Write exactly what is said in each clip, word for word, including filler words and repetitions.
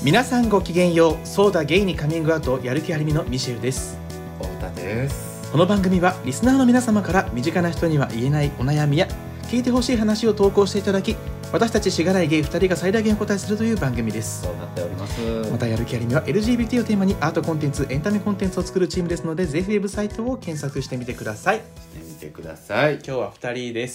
皆さんごきげんよう。そうだゲイにカミングアウトやる気ありみのミシェルです。 太田です。 この番組はリスナーの皆様から身近な人には言えないお悩みや聞いてほしい話を投稿していただき、私たちしがないゲイふたりが最大限お答えするという番組です。 そうなっております。 またやる気ありみは エルジービーティー をテーマにアートコンテンツエンタメコンテンツを作るチームですので、ぜひウェブサイトを検索してみてください。 してみてください。 今日はふたりです。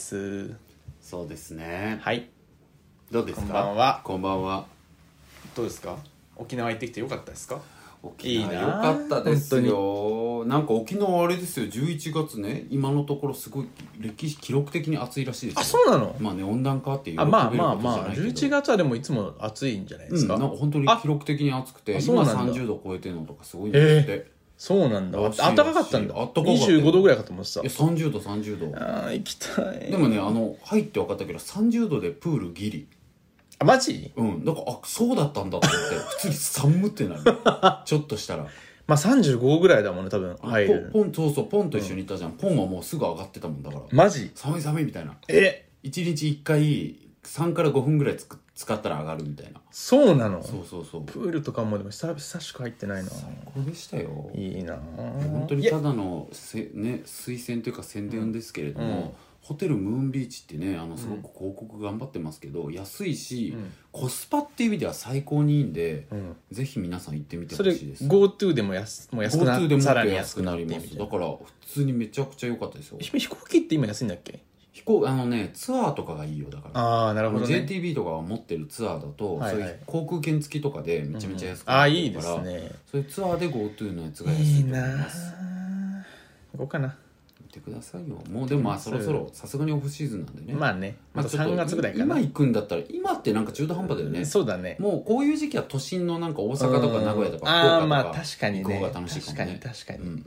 そうですね。 はい、 どうですか。 こんばんは。 こんばんは。 どうですか。沖縄行ってきてよかったですか。 沖縄良かったですよ。なんか沖縄あれですよ、じゅういちがつね、今のところすごい歴史記録的に暑いらしいですよ。 あ、そうなの。 まあね、温暖化っていうあ、まあまあまあじゅういちがつはでもいつも暑いんじゃないですか。 うん、なんか本当に記録的に暑くて、今さんじゅうど超えてるのとかすごいんですって、えー、 そうなんだ。あったかかったんだ。 あったかかった。 にじゅうごどぐらいかと思ってた。 え、さんじゅうどさんじゅうど。 あー、行きたい。 でもね、あの入って分かったけどさんじゅうどでプールギリ。 あ、マジ？ うん。だから、あ、そうだったんだって思って普通に寒ってなるちょっとしたらまあさんじゅうごぐらいだもんね多分入る。 ポン、そうそう、ポンと一緒にいたじゃん、うん、ポンはもうすぐ上がってたもんだから。 マジ？ 寒い寒いみたいな。 え、 いちにちいっかいさんからごふんぐらいつく使ったら上がるみたいな。 そうなの。 そうそうそう。 プールとかもでも久々しか入ってないな。 最高でしたよ。 いいな。 本当にただのせ、ね、推薦というか宣伝ですけれども、うんうん、ホテルムーンビーチってね、あのすごく広告頑張ってますけど、うん、安いし、うん、コスパっていう意味では最高にいいんで、うん、ぜひ皆さん行ってみてほしいです。 それ GoTo でも安もう安くな GoTo でもさらに安くなります。だから普通にめちゃくちゃ良かったですよ。 飛行機って今安いんだっけ。 飛行あのねツアーとかがいいよ。だからああ、なるほどね。 ジェイティービー とかが持ってるツアーだと、はいはい、そういう航空券付きとかでめちゃめちゃ安くなってるから、うんうん、ああいいですね。そういうツアーで GoTo のやつが安いと思います。いいな。 行こうかな。 見てくださいよ。もうでもまあそろそろさすがにオフシーズンなんでね。 まあね、またさんがつぐらいかな。 今行くんだったら、今ってなんか中途半端だよね。 そうだね。 もうこういう時期は都心のなんか大阪とか名古屋とか福岡とかああ、まあ確かにね、 行く方が楽しいかもね。 確かに確かに、うんうんうん、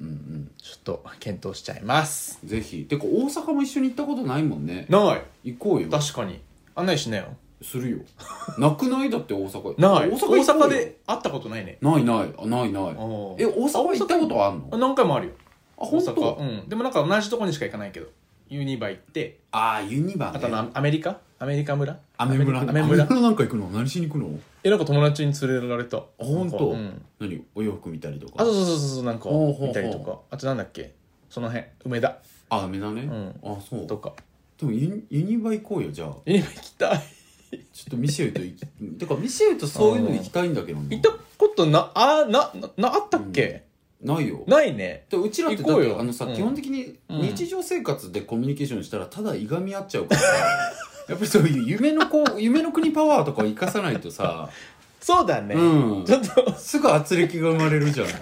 ちょっと検討しちゃいます。 ぜひ。てか大阪も一緒に行ったことないもんね。 ない。 行こうよ。 確かに案内しなよ。するよ。なくない？だって大阪ない。大阪、大阪で会ったことないね。 ないない。あ、ないない。え、大阪行ったことあるの？ 何回もあるよ。 あ、本当？ うん。でもなんか同じとこにしか行かないけど、ユニバ行って、 ああユニバね。 あとアメリカアメリカ村アメ村。アメ村なんか行くの？何しに行くの？え、 なんか友達に連れられた。あ、 本当？うん。何？お洋服見たりとか。 あ、そうそうそうそう、なんか見たりとか。あとなんだっけ、その辺梅田。 あ、梅田ね。うん。あ、そうとか。でもユニバ行こうよ。じゃあユニバ行きたい。 ちょっとミシェルと行きてかミシェルとそういうの行きたいんだけどな。 行ったことな、あななあったっけ？ ないよ。 ないね。 でうちらってだってあのさ、基本的に日常生活でコミュニケーションしたらただいがみ合っちゃうからさやっぱりそういう夢のこう夢の国パワーとかを生かさないとさそうだね、 うん、 ちょっとすぐ圧力が生まれるじゃん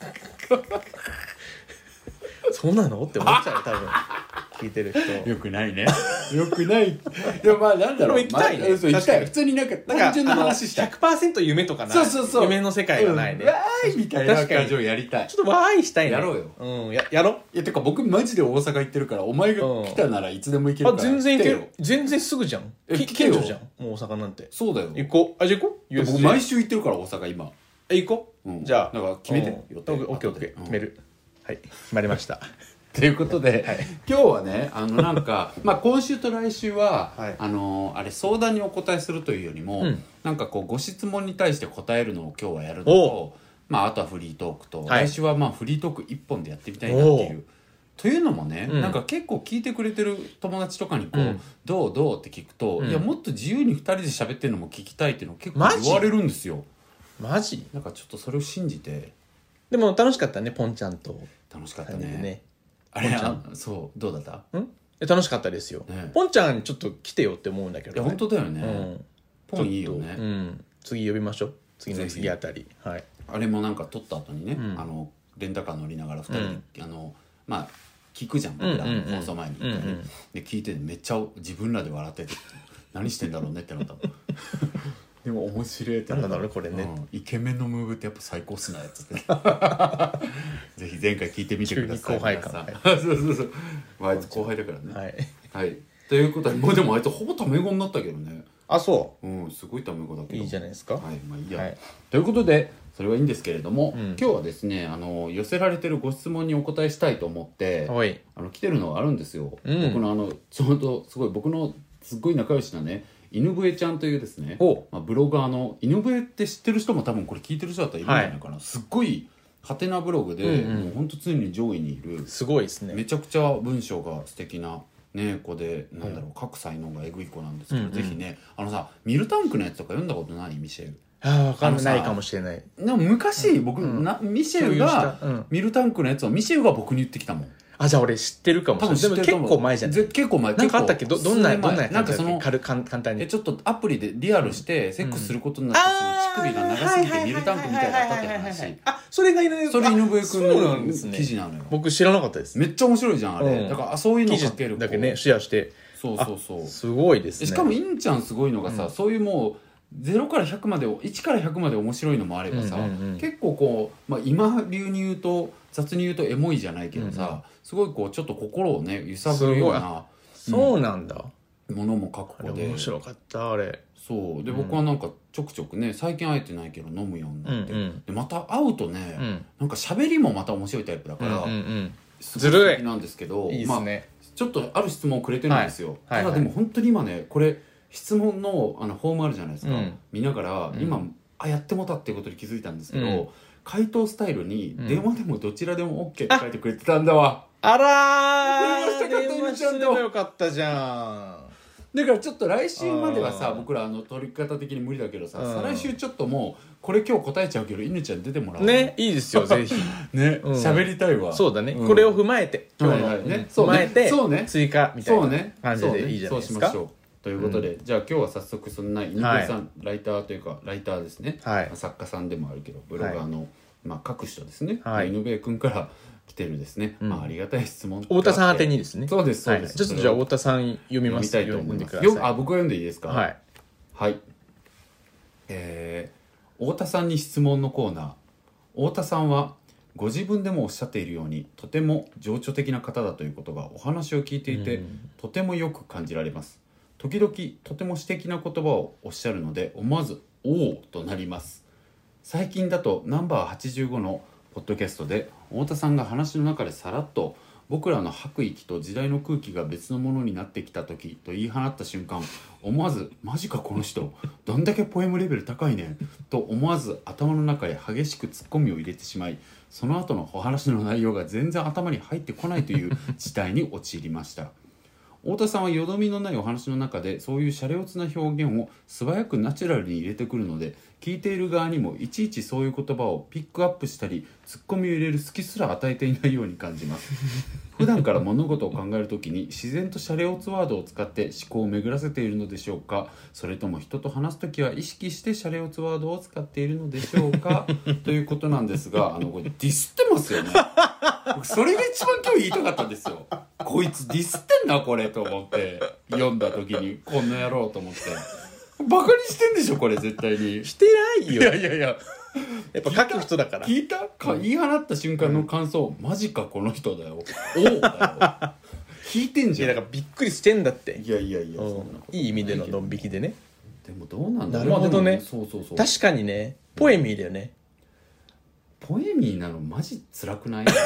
そうなのって思っちゃう多分聞いてる人。 よくないね。よくない。でもまあなんだろう。 行きたいね。 まあ、そう行きたい。普通になんか単純な話したい。 ひゃくパーセント 夢とかない。 そうそうそう。 夢の世界がないね。 うん、わーいみたいな感じをやりたい。 ちょっとわーいしたいね。 やろうよ。 うん、や、やろう。 いや、てか僕マジで大阪行ってるから、お前が来たならいつでも行けるから。 あ、全然行ける。全然すぐじゃん。 え、 近所じゃん。もう大阪なんて。 そうだよ。 行こう。あ、じゃあ行こう。 僕毎週行ってるから大阪今。 え、行こう。じゃあ。 だから決めて。 オッケーオッケー。決める。はい。決まりました。 ということで、はい、今日はねあのなんかまあ今週と来週は、はい、あのあれ相談にお答えするというよりも、うん、なんかこうご質問に対して答えるのを今日はやるのと、まあ、あとはフリートークと、はい、来週はまあフリートークいっぽんでやってみたいなっていう。というのもね、うん、なんか結構聞いてくれてる友達とかにこう、うん、どうどうって聞くと、うん、いやもっと自由にふたりで喋ってるのも聞きたいっていうの結構言われるんですよ。 マジ？ なんかちょっとそれを信じて。 でも楽しかったね、ポンちゃんと。 楽しかったね。あれあそうどうだった？ ん楽しかったですよ、ね、ポンちゃんちょっと来てよって思うんだけど、ね、 いや本当だよね、うん、ポンいいよね、 うん、次呼びましょう。次の次あたり、はい、 あれもなんか撮った後にね、うん、あのレンタカー乗りながらふたりで、うん、あのまあ聞くじゃん僕らの放送前に、うんうんうん、で聞いてめっちゃ自分らで笑ってて何してんだろうねってなったのでも面白いってなんだろうねこれね、 うん、イケメンのムーブってやっぱ最高っすなやつってぜひ前回聞いてみてください。 後輩感、はい、 そうそうそう、あいつ後輩だからね、 はい、 はい、ということでもうでもあいつほぼタメ語になったけどね。 あ、そう、 うん、すごいタメ語だけどいいじゃないですか。 はい、まあいいや、はい、ということでそれはいいんですけれども、うん、今日はですねあの寄せられてるご質問にお答えしたいと思ってあの来てるのがあるんですよ、うん、僕のあのちょうどすごい僕のすごい仲良しなね犬笛ちゃんというですね、まあ、ブロガーの犬笛って知ってる人も多分これ聞いてる人だったらいるんじゃないかな、はい、すっごいハテナブログで、うんうん、もうほんと常に上位にいるすごいですね。 めちゃくちゃ文章が素敵なね子で、なんだろう、書く才能がえぐい子なんですけど、うんうん、ぜひねあのさミルタンクのやつとか読んだことない？ミシェル。 ああ、分かんないかもしれない。 でも昔僕、うん、なミシェルが、うん、ミルタンクのやつをミシェルが僕に言ってきたもん。 あ、じゃあ俺知ってるかもしれない。でも結構前じゃない？ 結構前。 なんかあったっけ？ど、どんな、どんななんかその、 簡単に。 え、ちょっとアプリでリアルしてセックスすることになったその乳首が長すぎてミルタンクみたいだったって話。 あ、それが井上それ井上くんの記事なのよ。 僕知らなかったです。 めっちゃ面白いじゃん、あれ。だからそういうの書ける。 だけね、シェアして。 そうそうそう。 すごいですね。 しかもインちゃんすごいのがさ、そういうもう、ゼロからひゃくまでいちからひゃくまで面白いのもあればさ、うんうんうん、結構こう、まあ、今流に言うと雑に言うとエモいじゃないけどさ、うんうん、すごいこうちょっと心をね揺さぶるような、 そうなんだ、 ものも書く子で面白かったあれ。 そうで、うん、僕はなんかちょくちょくね最近会えてないけど飲むようになって、うんうん、でまた会うとね、うん、なんか喋りもまた面白いタイプだから、うんうんうん、ずるい素敵なんですけど、 いいですね、 まあ、ちょっとある質問をくれてるんですよ、はい、ただでも本当に今ねこれ質問 の, あのフォームあるじゃないですか、うん、見ながら、うん、今あやってもたっていうことに気づいたんですけど、うん、回答スタイルに電話でもどちらでも OK って書いてくれてたんだわ、 うん、あらー電話してもよかったじゃん。 だからちょっと来週まではさ僕らあの取り方的に無理だけどさ、うん、再来週ちょっともうこれ今日答えちゃうけど犬ちゃん出てもらうね。いいですよぜひね喋、うん、りたいわ。 そうだね、うん、これを踏まえて今日の、はいはいね、踏まえてそう、ね、追加みたいな感じでいいじゃないですか。そうね、そうしましょうということで、うん、じゃあ今日は早速そんな犬笛さん、はい、ライターというかライターですね、はい、作家さんでもあるけどブロガーの、はい、まあ、書く人ですね、はい、犬笛くんから来てるですね、うん、まあ、ありがたい質問太田さん宛てにですね。 そうですそうです、はい、 ちょっとじゃあ太田さん読みます。 読みたいと思います。読んでください。あ、僕は読んでいいですか。 はい、 はい、えー、太田さんに質問のコーナー。太田さんはご自分でもおっしゃっているようにとても情緒的な方だということがお話を聞いていて、うん、とてもよく感じられます。時々とても詩的な言葉をおっしゃるので思わずおおとなります。最近だとナンバーはちじゅうごのポッドキャストで太田さんが話の中でさらっと僕らの吐く息と時代の空気が別のものになってきた時と言い放った瞬間、思わずマジかこの人どんだけポエムレベル高いねんと思わず頭の中へ激しくツッコミを入れてしまい、その後のお話の内容が全然頭に入ってこないという事態に陥りました。太田さんはよどみのないお話の中でそういうシャレオツな表現を素早くナチュラルに入れてくるので、聞いている側にもいちいちそういう言葉をピックアップしたりツッコミを入れる隙すら与えていないように感じます。普段から物事を考えるときに自然とシャレオツワードを使って思考を巡らせているのでしょうか、それとも人と話すときは意識してシャレオツワードを使っているのでしょうかということなんですが、あのこれディスってますよね。僕それが一番今日言いたかったんですよ。こいつディスってんなこれと思って読んだ時にこんな野郎と思ってバカにしてんでしょこれ絶対に。 してないよ。 いやいやいややっぱ書く人だから。 聞いたか、うん、言い放った瞬間の感想、うん、マジかこの人だよおうだよ聞いてんじゃん。 いやだからびっくりしてんだって。 いやいやいや、 そんなこといい意味でのドン引きでね。 でもどうなんだろう。 なるほどね。 そうそうそう、 確かにねポエミーだよね。 ポエミーなのマジ辛くない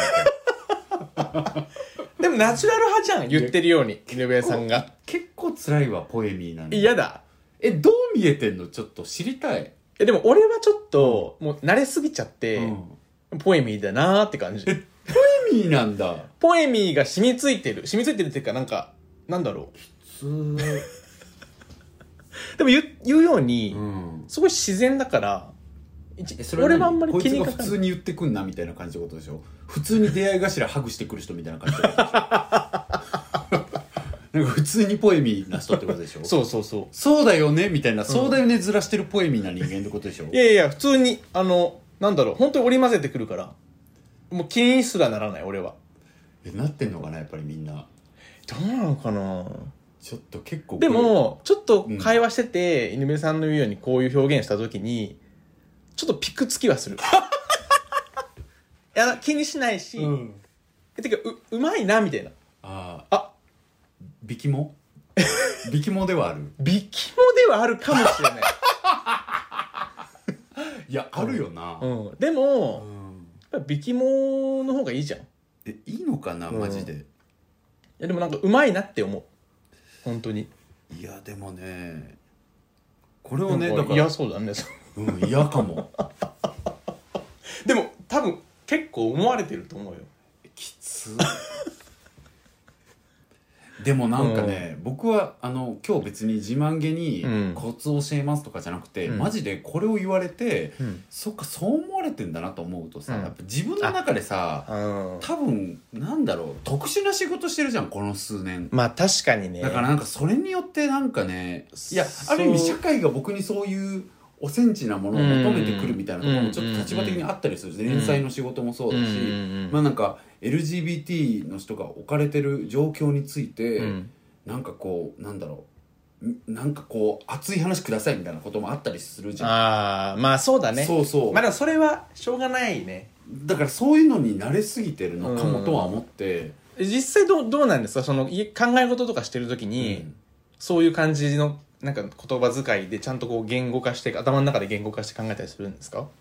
でもナチュラル派じゃん言ってるように井上さんが。 結構辛いわポエミーなの。 嫌だ。 えどう見えてんのちょっと知りたい。 えでも俺はちょっと、うん、もう慣れすぎちゃって、うん、ポエミーだなーって感じ。 えポエミーなんだ。 ポエミーが染みついてる染みついてるっていうかなんかなんだろう普通でも 言, 言うように、うん、すごい自然だから俺はあんまり気にかかる。こいつが普通に言ってくんなみたいな感じってことでしょ。普通に出会い頭ハグしてくる人みたいな感じってことでしょなんか普通にポエミーな人ってことでしょ。 そうそうそうそうだよねみたいな、うん、そうだよねずらしてるポエミーな人間ってことでしょ。 いやいや普通にあのなんだろう本当に織り交ぜてくるからもう気にすらならない俺は。 えなってんのかなやっぱりみんな。 どうなのかな。 ちょっと結構でもちょっと会話してて、うん、井上さんの言うようにこういう表現した時にちょっとピクつきはするいや気にしないし、うん、えてか う, うまいなみたいな。 ああビキモビキモではある。 ビキモではあるかもしれないいやあるよな、 うんうん、でも、うん、やっぱビキモの方がいいじゃん。 えいいのかなマジで、うん、いやでもなんかうまいなって思う本当に。 いやでもねこれをねだから嫌そうだねうん嫌かもでも多分結構思われてると思うよ。 きつでもなんかね、うん、僕はあの今日別に自慢げにコツ教えますとかじゃなくて、うん、マジでこれを言われて、うん、そっかそう思われてんだなと思うとさ、うん、やっぱ自分の中でさ、多分なんだろう特殊な仕事してるじゃんこの数年。 まあ確かにね。 だからなんかそれによってなんかねいやある意味社会が僕にそういうおセンチなものを求めてくるみたいなところもちょっと立場的にあったりする、うん、連載の仕事もそうだし、うん、まあなんか エルジービーティー の人が置かれてる状況について、うん、なんかこうなんだろうなんかこう熱い話くださいみたいなこともあったりするじゃん。 ああまあそうだね。 そうそう。 まあでもそれはしょうがないね。 だからそういうのに慣れすぎてるのかもとは思って、 うん、実際どうどうなんですかその考え事とかしてる時に、うん、そういう感じのなんか言葉遣いでちゃんとこう言語化して頭の中で言語化して考えたりするんですか？いや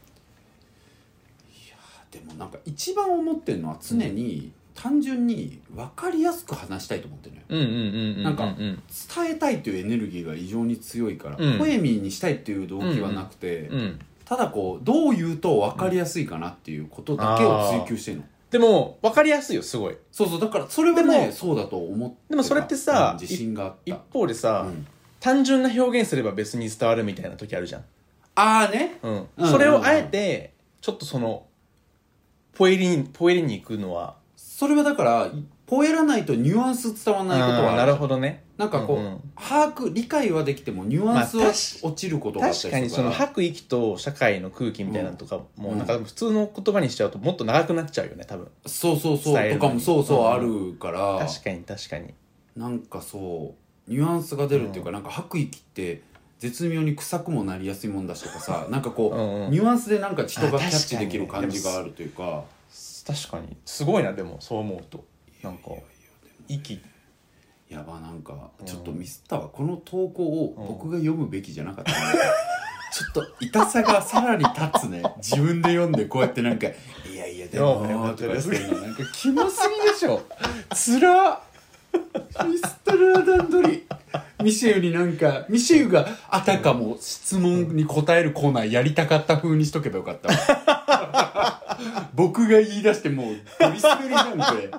でもなんか一番思ってるのは常に単純に分かりやすく話したいと思ってるのよ。なんか伝えたいというエネルギーが異常に強いから、うん、ポエミーにしたいっていう動機はなくて、うんうん、ただこうどう言うと分かりやすいかなっていうことだけを追求してるの。 でも分かりやすいよすごい。 そうそうだからそれはねそうだと思ってた。 でもそれってさ、 自信があった。 一方でさ、うん単純な表現すれば別に伝わるみたいな時あるじゃん。 ああね、 うんうん、それをあえてちょっとそのポエリにポエリに行くのはそれはだからポエらないとニュアンス伝わらないことはある。 なるほどね。 なんかこう、うんうん、把握理解はできてもニュアンスは落ちることがあったりするから、 確かにその吐く息と社会の空気みたいなのとかも、うん、なんか普通の言葉にしちゃうともっと長くなっちゃうよね多分。 そうそうそうとかもそうそう、うん、あるから。 確かに確かに。 なんかそうニュアンスが出るっていうか、うん、なんか吐く息って絶妙に臭くもなりやすいもんだしとかさなんかこう、うんうん、ニュアンスでなんか人がキャッチできる感じがあるというか。 確かにすごいなでもそう思うとなんか息やばなんかちょっとミスったわ、うん、この投稿を僕が読むべきじゃなかった、ね、うん、ちょっと痛さがさらに立つね自分で読んでこうやってなんかいやいやでもーとかしてるのなんかキモすぎでしょつらっミスタルア段取りミシェウになんかミシェウがあたかも質問に答えるコーナーやりたかった風にしとけばよかったわ僕が言い出してもうゴリ滑りじゃんこれ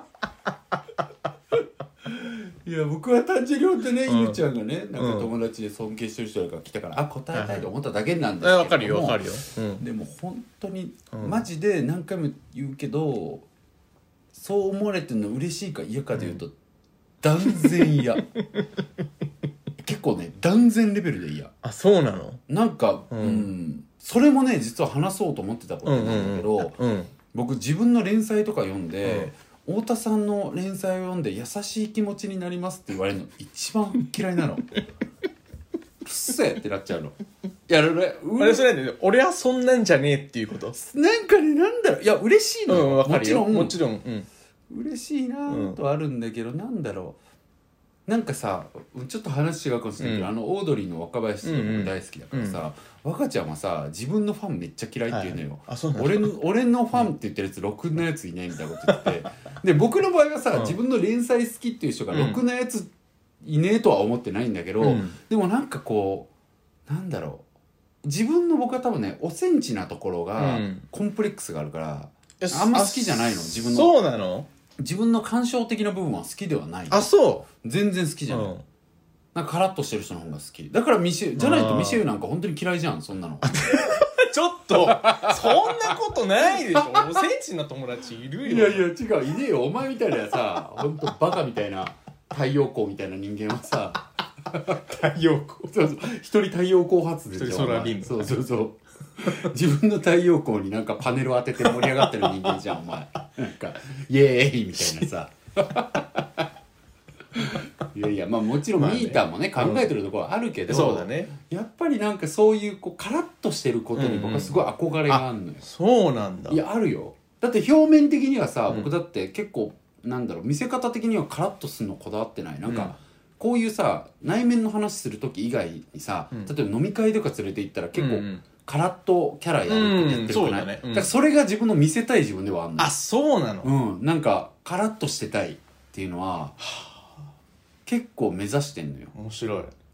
いや僕は単純に本当ね、うん、犬ちゃんがねなんか友達で尊敬してる人が来たから、うん、あ答えたいと思っただけなんですけども、 分かるよ分かるよ、 うん、でも本当に、うん、マジで何回も言うけどそう思われてるの嬉しいか嫌かで言うと、うん、断然嫌結構ね断然レベルで嫌。 あそうなの。 なんか、うんうん、それもね実は話そうと思ってたことなんだけど、うんうんうん、僕自分の連載とか読んで、うん、太田さんの連載を読んで優しい気持ちになりますって言われるの一番嫌いなのうっせえってなっちゃうの。いや俺あれそれね俺はそんなんじゃねえっていうことなんかねなんだろういや嬉しいのよ、 うん、もちろんもちろん、うん嬉しいなとはあるんだけど、うん、なんだろうなんかさちょっと話違うかもしれないけど、うん、あのオードリーの若林さん僕大好きだからさ、うんうん、若ちゃんはさ自分のファンめっちゃ嫌いって言うのよ、はい、俺の俺のファンって言ってるやつろくなやついないみたいなこと言っててで僕の場合はさ、うん、自分の連載好きっていう人がろくなやついねえとは思ってないんだけど、うん、でもなんかこうなんだろう自分の僕は多分ねおセンチなところが、うん、コンプレックスがあるからあんま好きじゃないの自分の。 そうなの。 自分の感傷的な部分は好きではない。 あそう全然好きじゃない、うん、なんかカラッとしてる人の方が好きだからミシェじゃないとミシェウなんか本当に嫌いじゃんそんなのちょっとそんなことないでしょおセンチな友達いるよ。 いやいや違ういねえよお前みたいなさ本当バカみたいな太陽光みたいな人間はさ太陽光そうそう一人太陽光発電でしょ。ソラービームそうそうそう自分の太陽光になんかパネル当てて盛り上がってる人間じゃんお前なんかイエーイみたいなさいやいやまあもちろんミーターもね、まあね、考えてるところはあるけど、うん、 そうだねやっぱりなんかそういうこうカラッとしてることに僕はすごい憧れがあるのよ、うんうん、 そうなんだ。 いやあるよだって表面的にはさ、うん、僕だって結構なんだろう見せ方的にはカラッとするのこだわってないなんか、うんこういうさ内面の話する時以外にさ、うん、例えば飲み会とか連れて行ったら結構、うんうんカラッとキャラやるってやってるくない、うん、そうだね、うん、だからそれが自分の見せたい自分ではあんの。 あそうなの。 うんなんかカラッとしてたいっていうのは結構目指してんのよ。 面白い。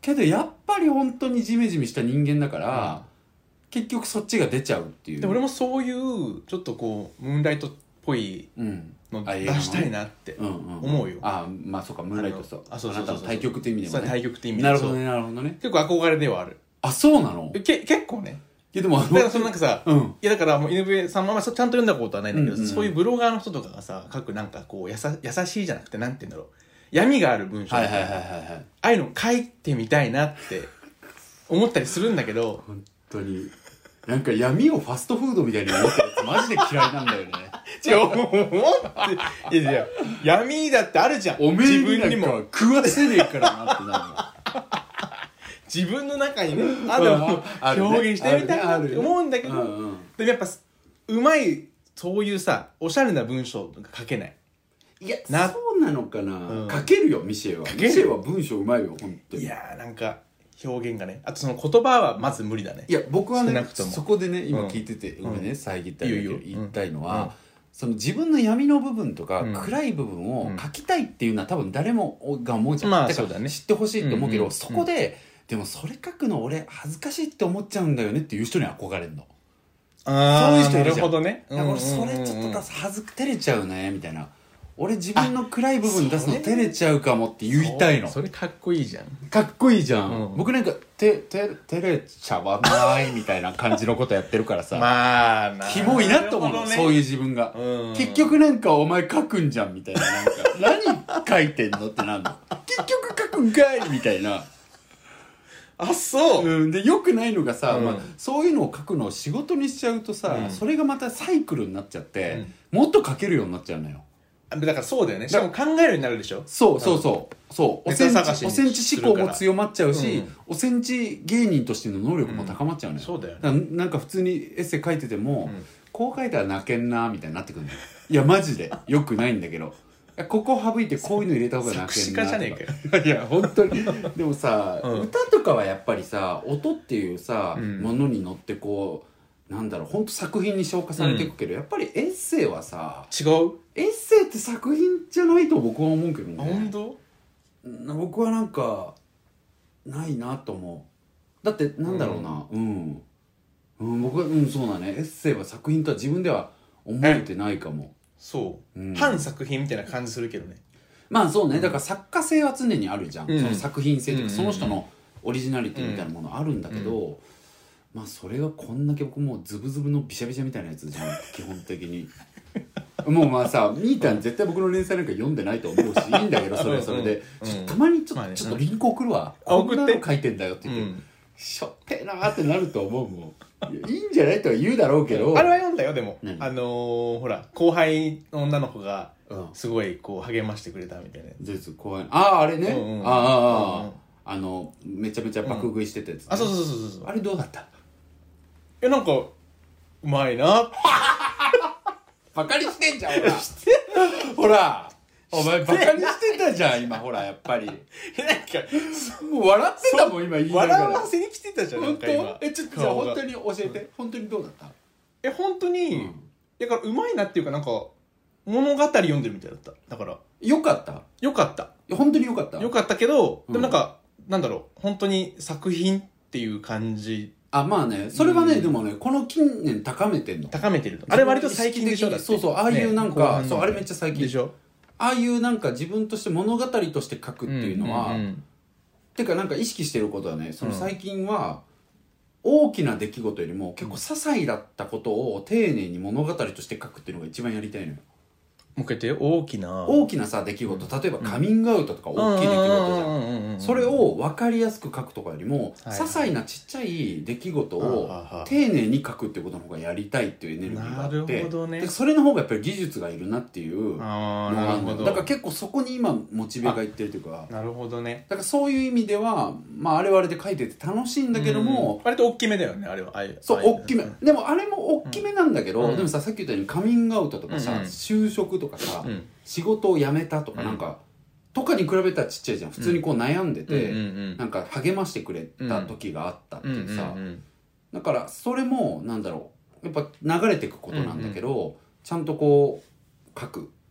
けどやっぱり本当にジメジメした人間だから、うん、結局そっちが出ちゃうっていう。 で俺もそういうちょっとこうムーンライトっぽいの出したいなって思うよ。 あ、うんうん、あまあそうか、ムーンライト、そう、 あ、そうそうそうそう、 対極って意味でもね。 対極って意味でなるほどね、なるほどね。 結構憧れではある。 あ、そうなの？ け結構ね。 いやでもだからそのなんかさ、うん、いやだからもう井上さんもあんまちゃんと読んだことはないんだけど、うんうん、そういうブロガーの人とかがさ書くなんかこうやさ優しいじゃなくてなんて言うんだろう、闇がある文章とか、はいはいはいはい、ああいうの書いてみたいなって思ったりするんだけど、 本当になんか闇をファストフードみたいに思ったやつマジで嫌いなんだよね。 違う、思っていやいや闇だってあるじゃん。 おめえになんか食わせねえからなってなるの。 自分の中にね、ある表現してみたいなって思うんだけど、ね、うんうん、でもやっぱうまいそういうさおしゃれな文章が書けない。 いやそうなのかな、うん、書けるよミシェは。ミシェは文章うまいよ本当に。 いやーなんか表現がね、あとその言葉はまず無理だね。 いや僕はねそこでね今聞いてて、うん、ごめんね遮ったりだけど言いたいのは、うん、その自分の闇の部分とか、うん、暗い部分を書きたいっていうのは多分誰もが思うじゃん、まあ、そうだね、知ってほしいって思うけど、うんうん、そこででもそれ書くの俺恥ずかしいって思っちゃうんだよねっていう人に憧れるの。 あそういう人いるじゃん。なるほどね。 だから俺それちょっと出す恥ずく照れちゃうねみたいな。俺自分の暗い部分出すの照れちゃうかもって言いたいの。 それかっこいいじゃん。 かっこいいじゃん。うん、僕なんかてて照れちゃわないみたいな感じのことやってるからさ。 まあな。 キモいなと思うの、ね、そういう自分が。結局なんかお前書くんじゃんみたいな、なんか何書いてんのってなんの。結局書くんかいみたいな。 あ、そう、 うん、でよくないのがさ、うんまあ、そういうのを書くのを仕事にしちゃうとさ、うん、それがまたサイクルになっちゃって、うん、もっと書けるようになっちゃうのよ。 だからそうだよね。しかも考えるようになるでしょ。 そうそうそうそうおセンチおセンチ思考も強まっちゃうし、うん、おセンチ芸人としての能力も高まっちゃうのよ、 うん、そうだよね。 だからなんか普通にエッセイ書いてても、うん、こう書いたら泣けんなみたいになってくるのよ。いやマジでよくないんだけど、ここ省いてこういうの入れた方が泣けんなとか。作詞家じゃねえかよ。いや本当にでもさ、うん、歌とかはやっぱりさ音っていうさ、うん、ものに乗ってこうなんだろう本当作品に消化されていくけど、うん、やっぱりエッセイはさ違う。 エッセイって作品じゃないと僕は思うけどね。 本当？ 僕はなんかないなと思う。だってなんだろうな、うん、うん、僕はうんそうだね。エッセイは作品とは自分では思えてないかも。 そう、うん、反作品みたいな感じするけどね。 まあそうね、だから作家性は常にあるじゃん、うん、その作品性というか、うん、その人のオリジナリティみたいなものあるんだけど、うん、まあそれがこんだけ僕もうズブズブのビシャビシャみたいなやつじゃん基本的にもうまあさみーたん絶対僕の連載なんか読んでないと思うしいいんだけどそれはそれで、うんうん、たまにちょっと、まあね、ちょっとリンク送るわ、こんなの書いてんだよって言って、うん、しょってーなーってなると思うもん。いいんじゃないとは言うだろうけど、 あれは読んだよでも、あのー、ほら後輩の女の子がすごいこう励ましてくれたみたいなやつ、後輩あああれね、うんうん、ああああ、うん、あのめちゃめちゃ爆食いしてたやつ、ね、 うん、あそうそうそうそう、 あれどうだった？ えなんかうまいなバカにしてんじゃんほらほらお前バカにしてたじゃん今ほらやっぱりなんかもう笑ってたもん今言いながら笑わせに来てたじゃん。なんか今えちょっとじゃあ本当に教えて、うん、本当にどうだった？ え本当に、うん、だからうまいなっていうかなんか物語読んでるみたいだった。だからよかったよかったいや本当によかったよかったけど、うん、でもなんかなんだろう本当に作品っていう感じ。 あまあねそれはね、うん、でもねこの近年高めてんの高めてるあれ割と最近でしょ。だってそうそうああいうなんか、ね、そうあれめっちゃ最近でしょ。 ああいうなんか自分として物語として書くっていうのは、うんうんうん、てかなんか意識してることはねその最近は大きな出来事よりも結構些細だったことを丁寧に物語として書くっていうのが一番やりたいのよ。 もう一回言って大きな大きなさ出来事、例えばカミングアウトとか大きい出来事じゃん。それを分かりやすく書くとかよりも、はいはい、些細なちっちゃい出来事を丁寧に書くっていうことの方がやりたいっていうエネルギーがあって、 なるほどね、 でそれの方がやっぱり技術がいるなっていうのがあるんだ。だから結構そこに今モチベがいってるというか。 なるほどね。 だからそういう意味ではまああれはあれで書いてて楽しいんだけども、 割と大きめだよねあれは。ああそう大きめ、うん、でもあれも大きめなんだけど、うん、でもささっき言ったようにカミングアウトとかさ、うんうん、就職とかさ、うん仕事を辞めたとかなんか、うん、とかに比べたらちっちゃいじゃん。普通にこう悩んでて、うん、なんか励ましてくれた時があったっていうさ、うん、だからそれもなんだろうやっぱ流れていくことなんだけど、うん、ちゃんとこう書くっ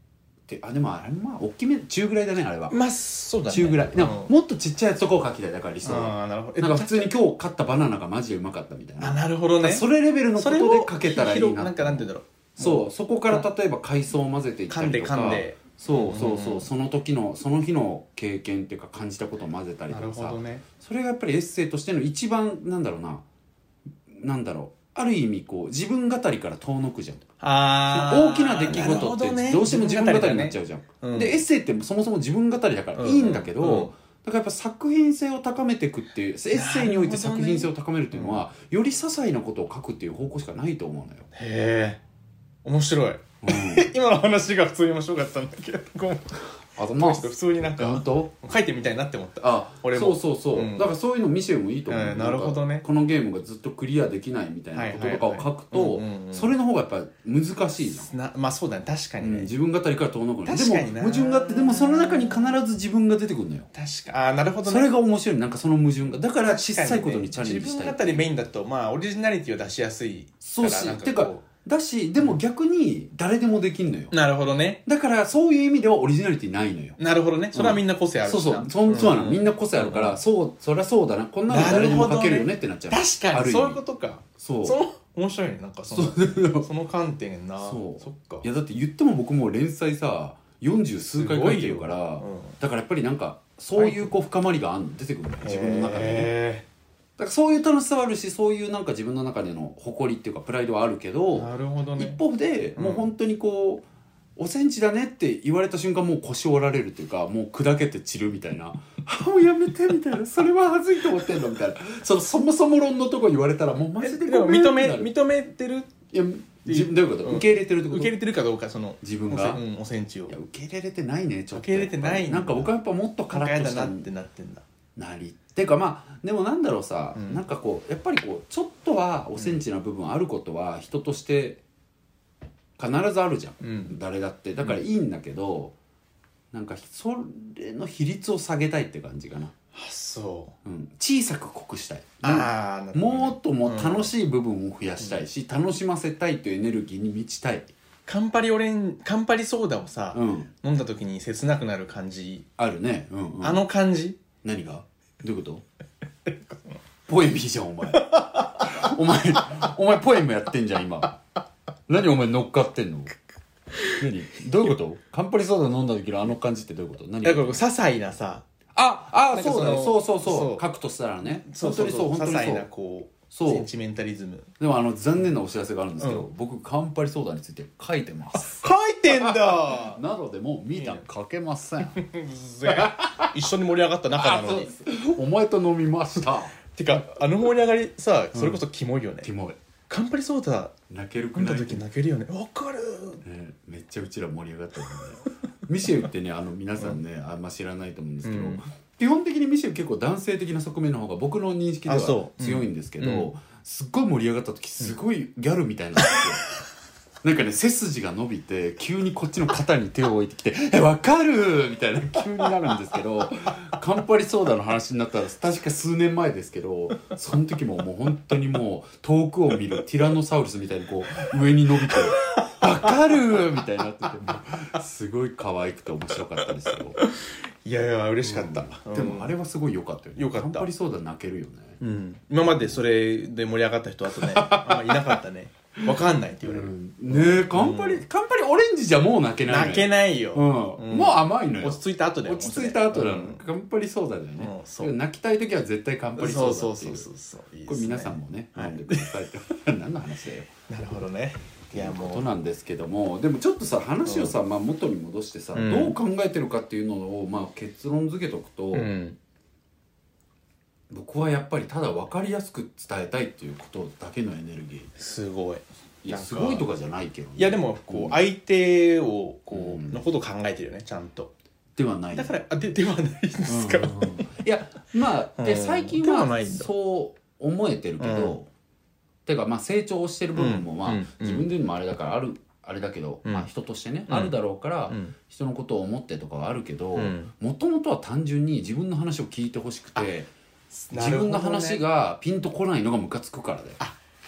てあでもあれまあ大きめ中ぐらいだねあれは。 まあそうだね。 中ぐらい。でももっとちっちゃいやつとかを描きたいだから理想は。 あなるほど。 なんか普通に今日買ったバナナがマジでうまかったみたいな。 あなるほどね。 それレベルのことで描けたらいいな。 なんかなんて言うんだろう。 そうそこから例えば海藻を混ぜていったりとか。 噛んで噛んで。 そうそうそう、うん、その時のその日の経験っていうか感じたことを混ぜたりとかさ。なるほどね。それがやっぱりエッセイとしての一番なんだろうななんだろうある意味こう自分語りから遠のくじゃん。あ大きな出来事ってどうしても自分語りになっちゃうじゃん、ねうん、でエッセイってそもそも自分語りだからいいんだけど、うんうんうん、だからやっぱ作品性を高めていくっていうエッセイにおいて作品性を高めるっていうのは、ね、より些細なことを書くっていう方向しかないと思うのよ。 へえ面白い、うん、今の話が普通に面白かったんだけどごめんあまあ普通になんか本当書いてみたいなって思った。あ俺もそうそうそう、うん、だからそういうの見せてもいいと思う、 えー、なるほどね。 このゲームがずっとクリアできないみたいなこととかを書くとそれの方がやっぱ難しいじゃん。 なまあそうだね確かにね、うん、 自分語りから遠のくのでも矛盾があってでもその中に必ず自分が出てくるのよ。 確かあなるほどね。 それが面白いなんかその矛盾がだから小さいことにチャレンジしたい、 ね、自分語りメインだとまあオリジナリティを出しやすいからそうしてかだしでも逆に誰でもできんのよ。 なるほどね。 だからそういう意味ではオリジナリティないのよ。 なるほどね。それはみんな個性あるしな、 うん、そうそうそうなの、うん、みんな個性あるから、うん、そうそりゃそうだなこんなの誰でも書けるよねってなっちゃう。 確かにそういうことか。そうその面白いねなんかそのその観点な。 そうそっか。 いやだって言っても僕も連載さよんじゅう数回書いてるから、うん、だからやっぱりなんかそういうこう深まりがあん出てくるんだよ自分の中でね。だからそういう楽しさはあるしそういうなんか自分の中での誇りっていうかプライドはあるけど、 なるほど、ね、 一方でもう本当にこう、うん、おセンチだねって言われた瞬間もう腰折られるっていうかもう砕けて散るみたいなもうやめてみたいなそれは恥ずいと思ってんのみたいなそのそもそも論のとこ言われたらもうマジでごめん認め認めてるいや自分どういうこと、うん、受け入れてるってこと受け入れてるかどうかその自分がおせ、うん、おセンチをいや受け入れれてないねちょっと受け入れてないなんか僕はやっぱもっとカラッとしたなってなってんだなりっていうかまあでもなんだろうさ、うん、なんかこうやっぱりこうちょっとはおセンチな部分あることは人として必ずあるじゃん、うん、誰だってだからいいんだけど、うん、なんかそれの比率を下げたいって感じかな。 あそう、 うん、小さく濃くしたい。 ああ、 もっとも楽しい部分を増やしたいし、うん、楽しませたいというエネルギーに満ちたい。 カンパリオレンカンパリソーダをさ、うん、飲んだ時に切なくなる感じあるね、うんうん、 あの感じ何がどういうことポエムじゃんお前お前お前ポエムやってんじゃん今何お前乗っかってんの何どういうことカンパリソーダ飲んだ時のあの感じってどういうこと何だから些細なさああそうだよそうそうそう書くとしたらねそうそうそう本当にそう些細なこうセンチメンタリズム。 でもあの残念なお知らせがあるんですけど、うん、僕カンパリソーダについて書いてます書いてんだなのでもう見た書けません一緒に盛り上がった仲なのにお前と飲みましたてかあの盛り上がりさそれこそキモいよね、 うん、キモいカンパリソーダ泣けるくない飲んだ時泣けるよねわかる、 ね、めっちゃうちら盛り上がったよねミシェルってねあの皆さんね、うん、あんま知らないと思うんですけど、うん、基本的にミシェル結構男性的な側面の方が僕の認識では強いんですけど、うんうん、すっごい盛り上がった時すごいギャルみたいなんですよ、うん、なんかね背筋が伸びて急にこっちの肩に手を置いてきて「えわかる!」みたいな急になるんですけどカンパリソーダの話になったら確か数年前ですけどその時ももう本当にもう遠くを見るティラノサウルスみたいにこう上に伸びて「わかる!」みたいになっててもすごい可愛くて面白かったですよ。 いやいや嬉しかった、 うん、でもあれはすごい良かったよね。 良かった。 カンパリソーダ泣けるよね、 うん、今までそれで盛り上がった人あとねあんまいなかったね分かんないって言われる、うん、 ねえカンパリ、うん、カンパリオレンジじゃもう泣けない、ね、 泣けないよ、 うんうん、もう甘いのよ。 落ち着いた後だよ。 落ち着いた後だよ、うん、カンパリソーダだよね、うん、そう泣きたい時は絶対カンパリソーダっていう。そうそうそうそうそういいですね。これ皆さんもね、はい、飲んでくださいって何の話だよなるほどね。 いやもうことなんですけどもでもちょっとさ話をさ、うんまあ、元に戻してさ、うん、どう考えてるかっていうのを、まあ、結論付けとくと、うん、僕はやっぱりただ分かりやすく伝えたいっていうことだけのエネルギー。 すごい。 いやすごいとかじゃないけど、ね、 いやでもこう相手をこう、うん、のことを考えてるよねちゃんと。 ではないだからあでではないんですか、うんうんうん、 いやまあ、うん、で最近はそう思えてるけど、うんてかまあ成長してる部分もまあ、うん、自分で言うのもあれだからあるあれだけど、うん、まあ人としてね、うん、あるだろうから、うん、人のことを思ってとかはあるけどもともとは単純に自分の話を聞いてほしくて自分の話がピンとこないのがムカつくからだよ。 あ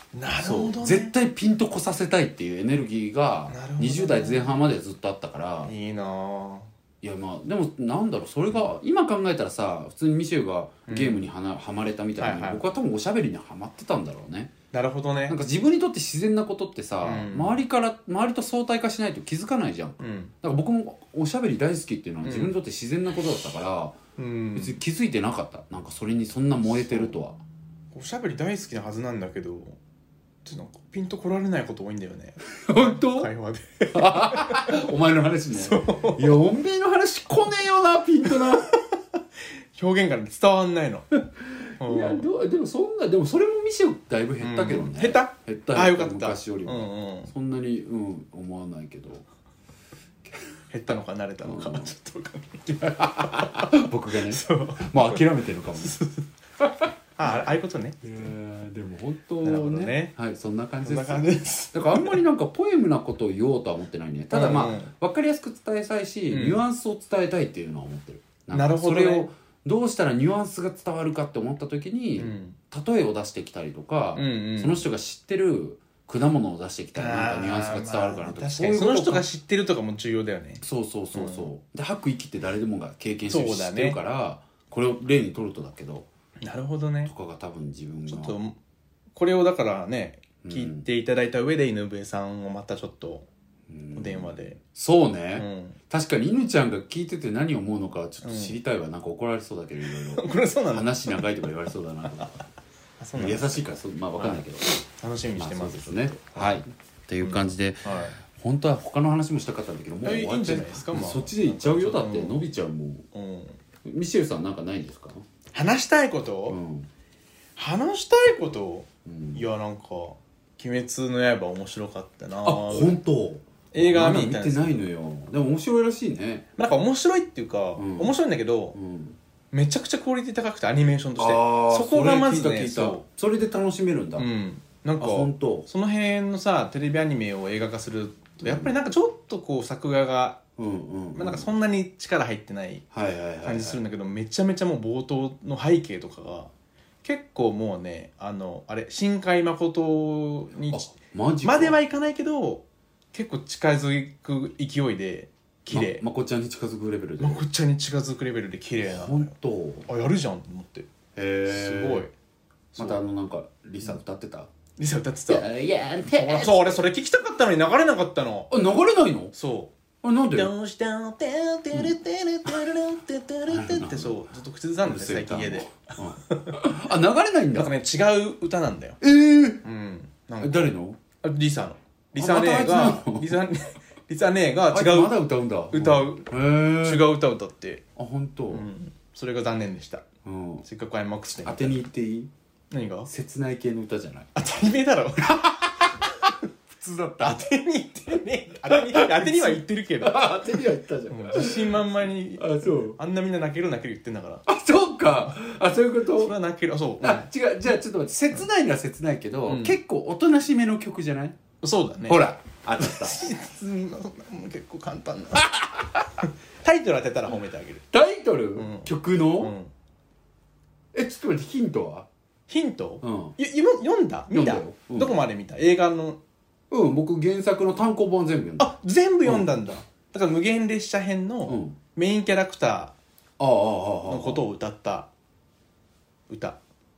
なるほど、ね、 絶対ピンとこさせたいっていうエネルギーがにじゅう代前半までずっとあったから、 いいな。 いやまあでもなんだろう、それが今考えたらさ、普通にミシェルがゲームにはな、うん、はまれたみたいに、はいはい、僕は多分おしゃべりにはまってたんだろうね。 なるほどね。 なんか自分にとって自然なことってさ、うん、周りから周りと相対化しないと気づかないじゃん、うん、だから僕もおしゃべり大好きっていうのは自分にとって自然なことだったから、うん、別に気づいてなかった。なんかそれにそんな燃えてるとは。 おしゃべり大好きなはずなんだけど、なんかピンと来られないこと多いんだよね。 本当？ 会話でお前の話ね。いやおめえの話来ねえよな、ピンとな。 表現から伝わんないの。 いやどうでもそんなでもそれもミシェルだいぶ減ったけどね、 うん、減った減ったあよかった昔よりも、 うんうん、 そんなに、うん、思わないけど減ったのか慣れたのか、うん、ちょっと分かんない僕がねまあ諦めてるかもあああいうことね。 いやでも本当 ね, ねはいそんな感じです。 そんな感じです。 だからあんまりなんかポエムなことを言おうとは思ってないね。ただまあ、うんうん、分かりやすく伝えたいし、うん、ニュアンスを伝えたいっていうのは思ってる。 なるほど、ね、 それをどうしたらニュアンスが伝わるかって思った時に、うん、例えを出してきたりとか、うんうん、その人が知ってる果物を出してきたらなんかニュアンスが伝わるかなとか、 まあ、確かにその人が知ってるとかも重要だよね。 そうそうそうそう、うん、で吐く息って誰でもが経験してる、知ってるから、これを例にとるとだけど、 なるほどね、 とかが多分自分がちょっとこれをだからね聞いていただいた上で井上さんをまたちょっとお電話で、うん、 そうね、うん、確かに犬ちゃんが聞いてて何を思うのかちょっと知りたいわ、うん、なんか怒られそうだけどいろいろこれそうなの話長いとか言われそうだなとかあそうなん優しいからそまあ分かんないけど、 楽しみにしてます、 まあ、そうですね、はい、っていう感じで、うんはい、本当は他の話もしたかったんだけどもう終わっちゃう、まあ、そっちで行っちゃうよ。だって伸びちゃうもん、うん、ミシェルさんなんかないんですか？ 話したいこと、うん、話したいこと、うん、いやなんか鬼滅の刃面白かったな。あ、 本当？ 映画見てないのよ。でも面白いらしいね。 なんか面白いっていうか、うん、面白いんだけど、うん、めちゃくちゃクオリティ高くてアニメーションとしてそこがまずね、 そうそれで楽しめるんだ、うん、 なんか本当その辺のさテレビアニメを映画化するとやっぱりなんかちょっとこう作画が、うんうんうん、まあ、なんかそんなに力入ってない感じするんだけど、めちゃめちゃもう冒頭の背景とかが結構もうね、あのあれ新海誠にまではいかないけど結構近づく勢いで綺麗、 ま、まこちゃんに近づくレベルでまこちゃんに近づくレベルで綺麗な。 本当あやるじゃんと思って。へえすごい。 またあのなんかリサ歌ってた、うん、 リサ歌ってた。いやーそう俺それ聞きたかったのに流れなかったの。 あ流れないの？ そうあなんで？ どうしたのてーてるてるてるてるてるてるってそうずっと口ずさんで最近家で、 うん、あ流れないんだ。 なんかね違う歌なんだよ。 ええー、うんなんか誰の？リサのリサ姉がリサリサ姉が違うまだ歌うんだ歌う、うん、違う歌歌って。 あ本当、 うん、それが残念でした、うん、せっかくアイマックスで当てに言っていい？ 何が？ 切ない系の歌じゃない？ 当たり前だろ普通だった。 当てに言ってね当てに当てには言ってるけど当てには言ったじゃん、 うん、自信満々にあそうあんなみんな泣ける泣ける言ってんだから。 あそうかあそういうこと。 それは泣ける。あそう、 あ違うじゃあちょっと待って切ないのは切ないけど、うん、結構おとなしめの曲じゃない？ そうだね。 ほらあった結構簡単なタイトル当てたら褒めてあげる。 タイトル、うん、曲の、うん、えちょっと待ってヒントは？ ヒント、うん、読んだ見た、うん、どこまで見た？映画の。 うん僕原作の単行本全部読んだ。 あ全部読んだんだ、うん、だから無限列車編のメインキャラクターのことを歌った歌。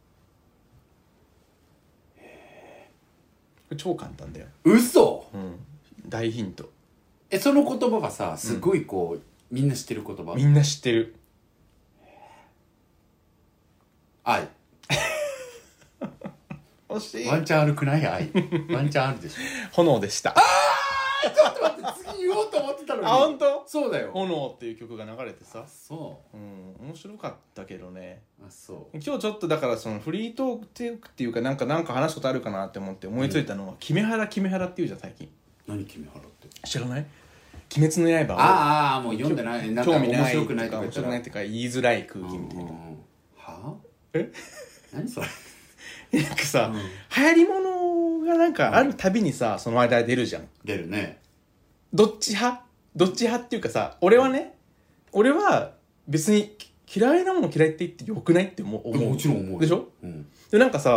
超簡単だよ。 嘘、 うん、大ヒント。 えその言葉がさすごいこう、うん、みんな知ってる言葉？ みんな知ってる。 愛惜しい。 ワンチャン悪くない？愛ワンチャンあるでしょ炎でした。 あーちょっと待って次言おうと思ってたのに。 あ本当？ そうだよ。 炎っていう曲が流れてさ。 そう、 うん、面白かったけどね。 あそう今日ちょっとだからそのフリートークっていうかなんかなんか話すことあるかなって思って思いついたのは、うん、キメハラキメハラっていうじゃん最近。 何キメハラって知らない？鬼滅の刃をああもう読んでない。なんか面白くないとか面白くないってか言いづらい空気みたいな、うんうん、 はえ何それなんかさ、うん、流行り物がなんかあるたびにさ、うん、その間出るじゃん。 出るね。 どっち派どっち派っていうかさ俺はね、うん、俺は別に嫌いなもの嫌いって言ってよくないって思う。 もちろん思うでしょ、うん、でなんかさ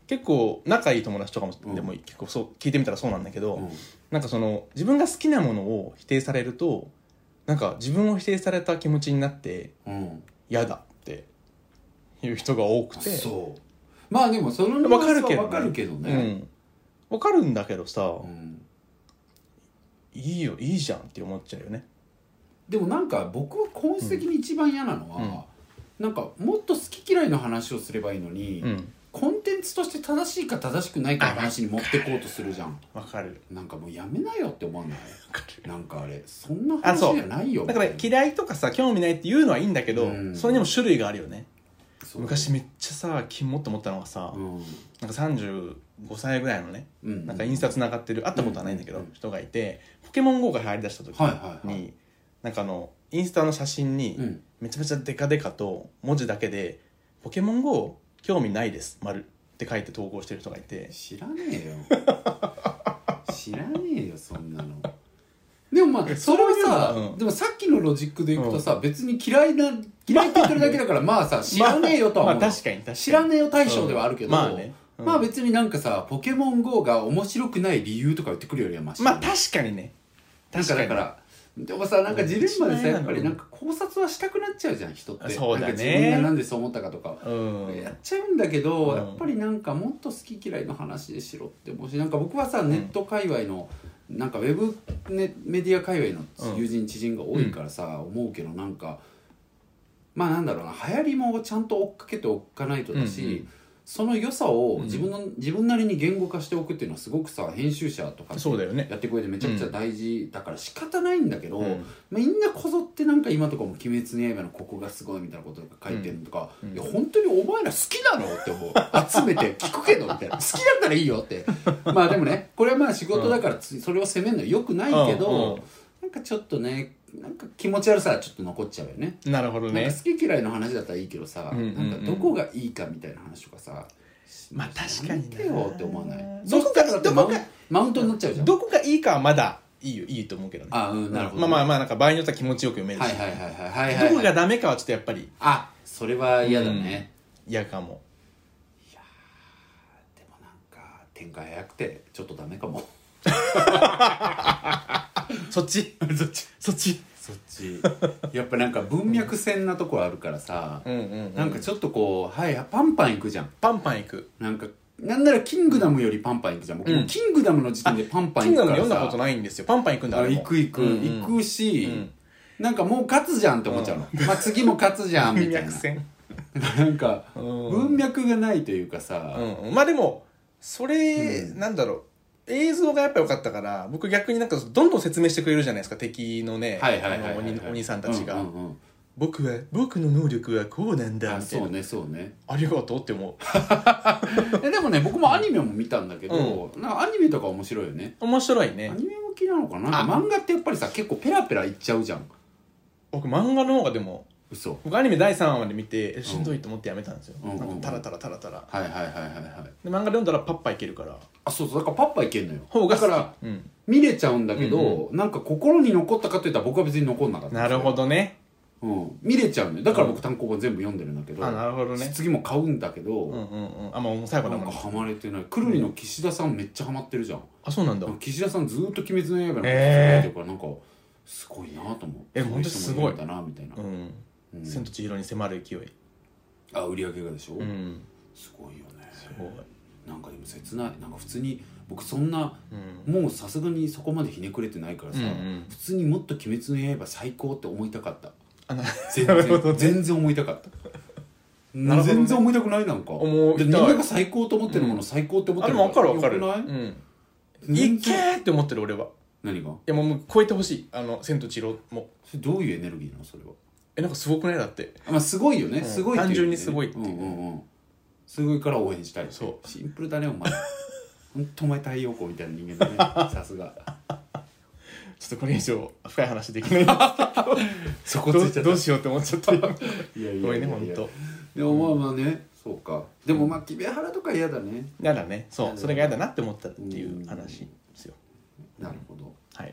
結構仲いい友達とかも、うん、でも結構そう聞いてみたらそうなんだけど、うん、なんかその自分が好きなものを否定されるとなんか自分を否定された気持ちになって嫌、うん、だっていう人が多くて。 そうまあでもそのニュアンスは分かるけどね、うん、 分かるんだけどさ、うん、いいよいいじゃんって思っちゃうよね。 でもなんか僕は本質的に一番嫌なのは、うん、なんかもっと好き嫌いの話をすればいいのに、うん、コンテンツとして正しいか正しくないかの話に持ってこうとするじゃん。 わかる。 なんかもうやめなよって思わない？なんかあれそんな話じゃないよ。 だから嫌いとかさ興味ないって言うのはいいんだけど、うん、それにも種類があるよね。昔めっちゃさキモって思ったのがさ、うん、なんかさんじゅうごさいぐらいのね、うん、なんかインスタつながってる会ったことはないんだけど、うん、人がいてポケモン ゴー が流行りだした時に、はいはいはい、なんかあのインスタの写真にめちゃめちゃデカデカと文字だけでポケモン ゴー 興味ないです丸って書いて投稿してる人がいて、 知らねえよ知らねえよそんなの。でもまあそれはさ、うん、でもさっきのロジックでいくとさ、うん、別に嫌いな嫌いって言ってるだけだからまあさ知らねえよとは思う、まあ、 確かに確かに知らねえよ対象ではあるけど、うん、まあね、うん、まあ別になんかさポケモン ゴー が面白くない理由とか言ってくるよりはマシ、 まあ確かにね。 確かにだからでもさなんかジレンマでさやっぱりなんか考察はしたくなっちゃうじゃん人って。 そうだね。 なんか自分がなんでそう思ったかとか、うん、やっちゃうんだけど、うん、やっぱりなんかもっと好き嫌いの話でしろって思うし、なんか僕はさネット界隈のなんかウェブ、ね、メディア界隈の友人知人が多いからさ、うん、思うけどなんかまあなんだろうな流行りもちゃんと追っかけておかないとだし、うんうん、その良さを自分の、うん、自分なりに言語化しておくっていうのはすごくさ編集者とかやってくれてめちゃくちゃ大事だから仕方ないんだけど、うん、みんなこぞってなんか今とかも「鬼滅の刃」のここがすごいみたいなこととか書いてるとか、うん、いや本当にお前ら好きなのって思う集めて聞くけどみたいな好きだったらいいよってまあでもねこれはまあ仕事だからそれを責めるのはよくないけど、うんうん、なんかちょっとねなんか気持ち悪さはちょっと残っちゃうよね。 なるほどね。 なんか好き嫌いの話だったらいいけどさ、うんうんうん、なんかどこがいいかみたいな話とかさ、 まあ確かにねよって思わない。どこかだってマウン、マウントになっちゃうじゃん。 どこがいいかはまだいいよいいと思うけどね。 あうんなるほど、 ね。まあまあまあなんか場合によっては気持ちよく読めるし。 はいはいはいはいはい、はい。 どこがダメかはちょっとやっぱり。 あそれは嫌だね。 嫌、うん、かも。 いやでもなんか展開早くてちょっとダメかも。 そっちそっちそっちそっちやっぱなんか文脈線なとこあるからさ、うんうんうん、なんかちょっとこうはいパンパンいくじゃん。 パンパンいく。 なんかなんならキングダムよりパンパンいくじゃん。僕もキングダムの時点でパンパンいくからさ。 キングダム読んだことないんですよ。パンパンいくんだ。 あ行く行く、うんうん、行くし、うん、なんかもう勝つじゃんって思っちゃうの、うん、まあ次も勝つじゃんみたいななんか文脈がないというかさ、 うん、まあでもそれ、うん、なんだろう映像がやっぱ良かったから僕逆になんかどんどん説明してくれるじゃないですか敵のねお兄さんたちが、うんうんうん、僕は僕の能力はこうなんだみたいな。 そうねそうねありがとうって思うでもね僕もアニメも見たんだけど、うん、なんかアニメとか面白いよね。 面白いね。 アニメ向きなのかな。なんか漫画ってやっぱりさ結構ペラペラいっちゃうじゃん。 僕漫画の方がでも嘘僕アニメだいさんわまで見てしんどいと思ってやめたんですよ、うん、なんかタラタラタラタラはいはいはいはいはいで漫画読んだらパッパいけるからあそうそうだからパッパいけるのよ方がだから、うん、見れちゃうんだけど、うんうん、なんか心に残ったかといったら僕は別に残んなかった。 なるほどね、 うん、見れちゃうのよだから僕単行本全部読んでるんだけど、 あなるほどね次も買うんだけど、うんうんうん、 あもう最後なんかハマれてない。くるりの岸田さんめっちゃハマってるじゃん。 あそうなんだ。 岸田さんずーっと鬼滅の刃のこと書いてるからなんかすごいなと思う。 え本当すごいんだなみたいな、うんうん、千と千尋に迫る勢い。 あ売り上げがでしょ、 うん、 すごいよね。 すごいなんかでも切ない。なんか普通に僕そんな、うん、もうさすがにそこまでひねくれてないからさ、うんうん、普通にもっと鬼滅の刃最高って思いたかった。あ全然全然思いたかったな、ね、全然思いたくないなんかでみんなが最高と思ってるもの、うん、最高って思ってるもの分かる分かる。 よくない、 うん、いけーって思ってる俺は。 何が？いやもう超えてほしいあの千と千尋も。 それどういうエネルギーなのそれは。 えなんかすごくないだって。 まあすごいよね、うん、すごいっていう、ね、 単純にすごいっていう、 うんうんうん、すごいから応援したい。そうシンプルだねお前ほんとお前太陽光みたいな人間だねさすがちょっとこれ以上深い話できないんですけどそこついちゃった。どうしようって思っちゃったいやいやいやごめんねほんと。 でもまあまあねそうか。でもまあ木部原とか嫌だね。 嫌だね。そうそれが嫌だなって思ったっていう話ですよ。 なるほど。 はい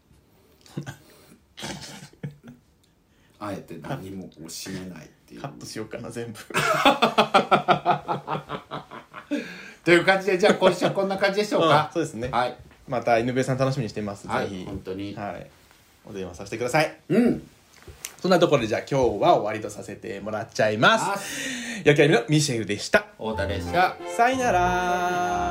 あえて何も締めないっていう。 カットしようかな全部という感じで、じゃあ今週はこんな感じでしょうか。 うん、そうですね。 はい。 また エヌビーエー さん楽しみにしています。 はい、 ぜひ。 本当に。 はい。お電話させてください。 うん。 そんなところでじゃあ今日は終わりとさせてもらっちゃいます。焼きあみのミシェルでした。 太田でした。 さよなら。